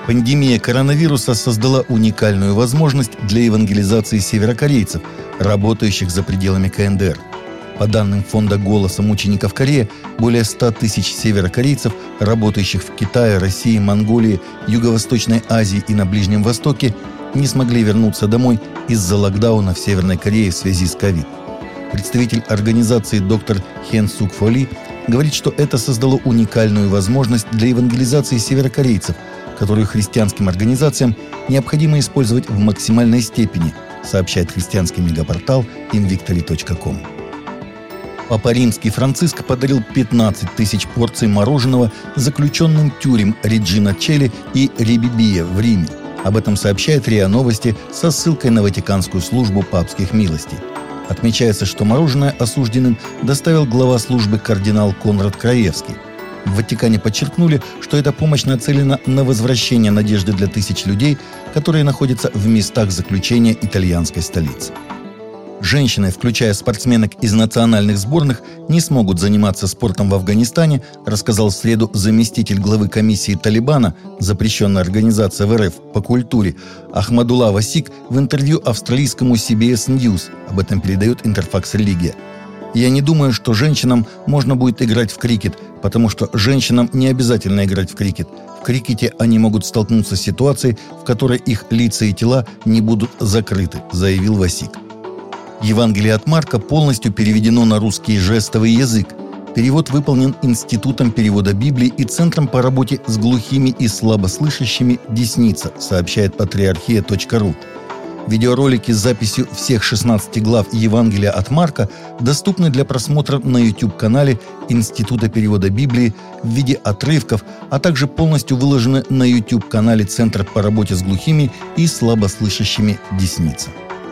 Пандемия коронавируса создала уникальную возможность для евангелизации северокорейцев, работающих за пределами КНДР. По данным фонда «Голоса мучеников Кореи», более 100 тысяч северокорейцев, работающих в Китае, России, Монголии, Юго-Восточной Азии и на Ближнем Востоке, не смогли вернуться домой из-за локдауна в Северной Корее в связи с ковид. Представитель организации доктор Хен Сук Фо Ли говорит, что это создало уникальную возможность для евангелизации северокорейцев, которую христианским организациям необходимо использовать в максимальной степени, сообщает христианский мегапортал invictory.com. Папа Римский Франциск подарил 15 тысяч порций мороженого заключенным тюрем Реджино Челли и Рибибия в Риме. Об этом сообщает РИА Новости со ссылкой на Ватиканскую службу папских милостей. Отмечается, что мороженое осужденным доставил глава службы кардинал Конрад Краевский. В Ватикане подчеркнули, что эта помощь нацелена на возвращение надежды для тысяч людей, которые находятся в местах заключения итальянской столицы. Женщины, включая спортсменок из национальных сборных, не смогут заниматься спортом в Афганистане, рассказал в среду заместитель главы комиссии Талибана, запрещенная организация в РФ по культуре, Ахмадулла Васик в интервью австралийскому CBS News. Об этом передает Интерфакс Религия. «Я не думаю, что женщинам можно будет играть в крикет, потому что женщинам не обязательно играть в крикет. В крикете они могут столкнуться с ситуацией, в которой их лица и тела не будут закрыты», заявил Васик. Евангелие от Марка полностью переведено на русский жестовый язык. Перевод выполнен Институтом перевода Библии и Центром по работе с глухими и слабослышащими «Десница», сообщает патриархия.ру. Видеоролики с записью всех 16 глав Евангелия от Марка доступны для просмотра на YouTube-канале Института перевода Библии в виде отрывков, а также полностью выложены на YouTube-канале Центра по работе с глухими и слабослышащими «Десница».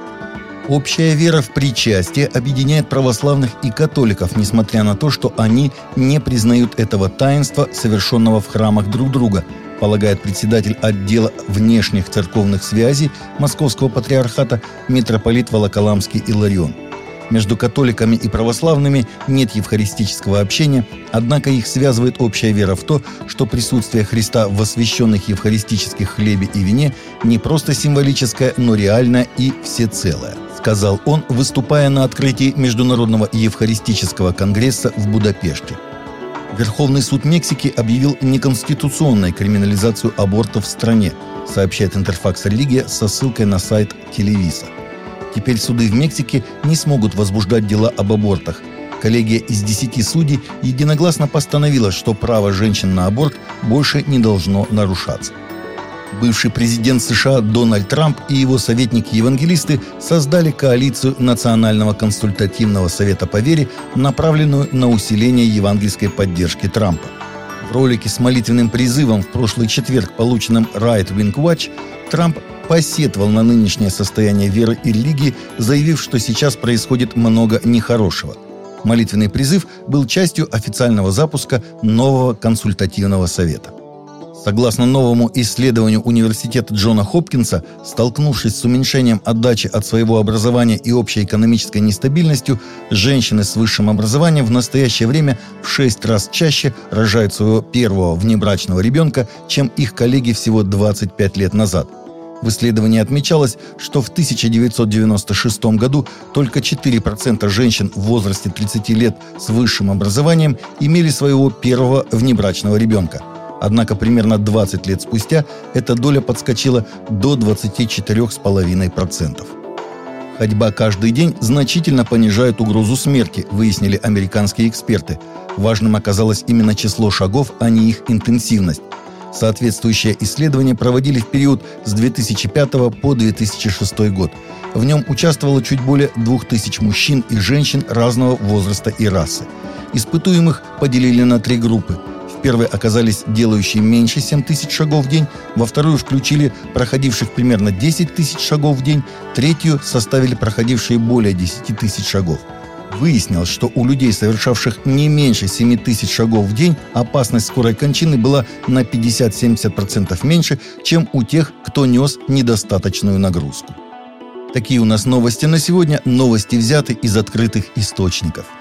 Общая вера в причастие объединяет православных и католиков, несмотря на то, что они не признают этого таинства, совершенного в храмах друг друга, полагает председатель отдела внешних церковных связей Московского патриархата митрополит Волоколамский Иларион. Между католиками и православными нет евхаристического общения, однако их связывает общая вера в то, что присутствие Христа в освященных евхаристических хлебе и вине не просто символическое, но реальное и всецелое, сказал он, выступая на открытии Международного евхаристического конгресса в Будапеште. Верховный суд Мексики объявил неконституционной криминализацию абортов в стране, сообщает Интерфакс Религия со ссылкой на сайт Телевиза. Теперь суды в Мексике не смогут возбуждать дела об абортах. Коллегия из 10 судей единогласно постановила, что право женщин на аборт больше не должно нарушаться. Бывший президент США Дональд Трамп и его советники-евангелисты создали коалицию Национального консультативного совета по вере, направленную на усиление евангельской поддержки Трампа. В ролике с молитвенным призывом в прошлый четверг, полученном Right Wing Watch, Трамп посетовал на нынешнее состояние веры и религии, заявив, что сейчас происходит много нехорошего. Молитвенный призыв был частью официального запуска нового консультативного совета. Согласно новому исследованию университета Джона Хопкинса, столкнувшись с уменьшением отдачи от своего образования и общей экономической нестабильностью, женщины с высшим образованием в настоящее время в 6 раз чаще рожают своего первого внебрачного ребенка, чем их коллеги всего 25 лет назад. В исследовании отмечалось, что в 1996 году только 4% женщин в возрасте 30 лет с высшим образованием имели своего первого внебрачного ребенка. Однако примерно 20 лет спустя эта доля подскочила до 24,5%. Ходьба каждый день значительно понижает угрозу смерти, выяснили американские эксперты. Важным оказалось именно число шагов, а не их интенсивность. Соответствующее исследование проводили в период с 2005 по 2006 год. В нем участвовало чуть более 2000 мужчин и женщин разного возраста и расы. Испытуемых поделили на 3 группы. В первой оказались делающие меньше 7 тысяч шагов в день, во вторую включили проходивших примерно 10 тысяч шагов в день, третью составили проходившие более 10 тысяч шагов. Выяснилось, что у людей, совершавших не меньше 7 тысяч шагов в день, опасность скорой кончины была на 50-70% меньше, чем у тех, кто нес недостаточную нагрузку. Такие у нас новости на сегодня. Новости взяты из открытых источников.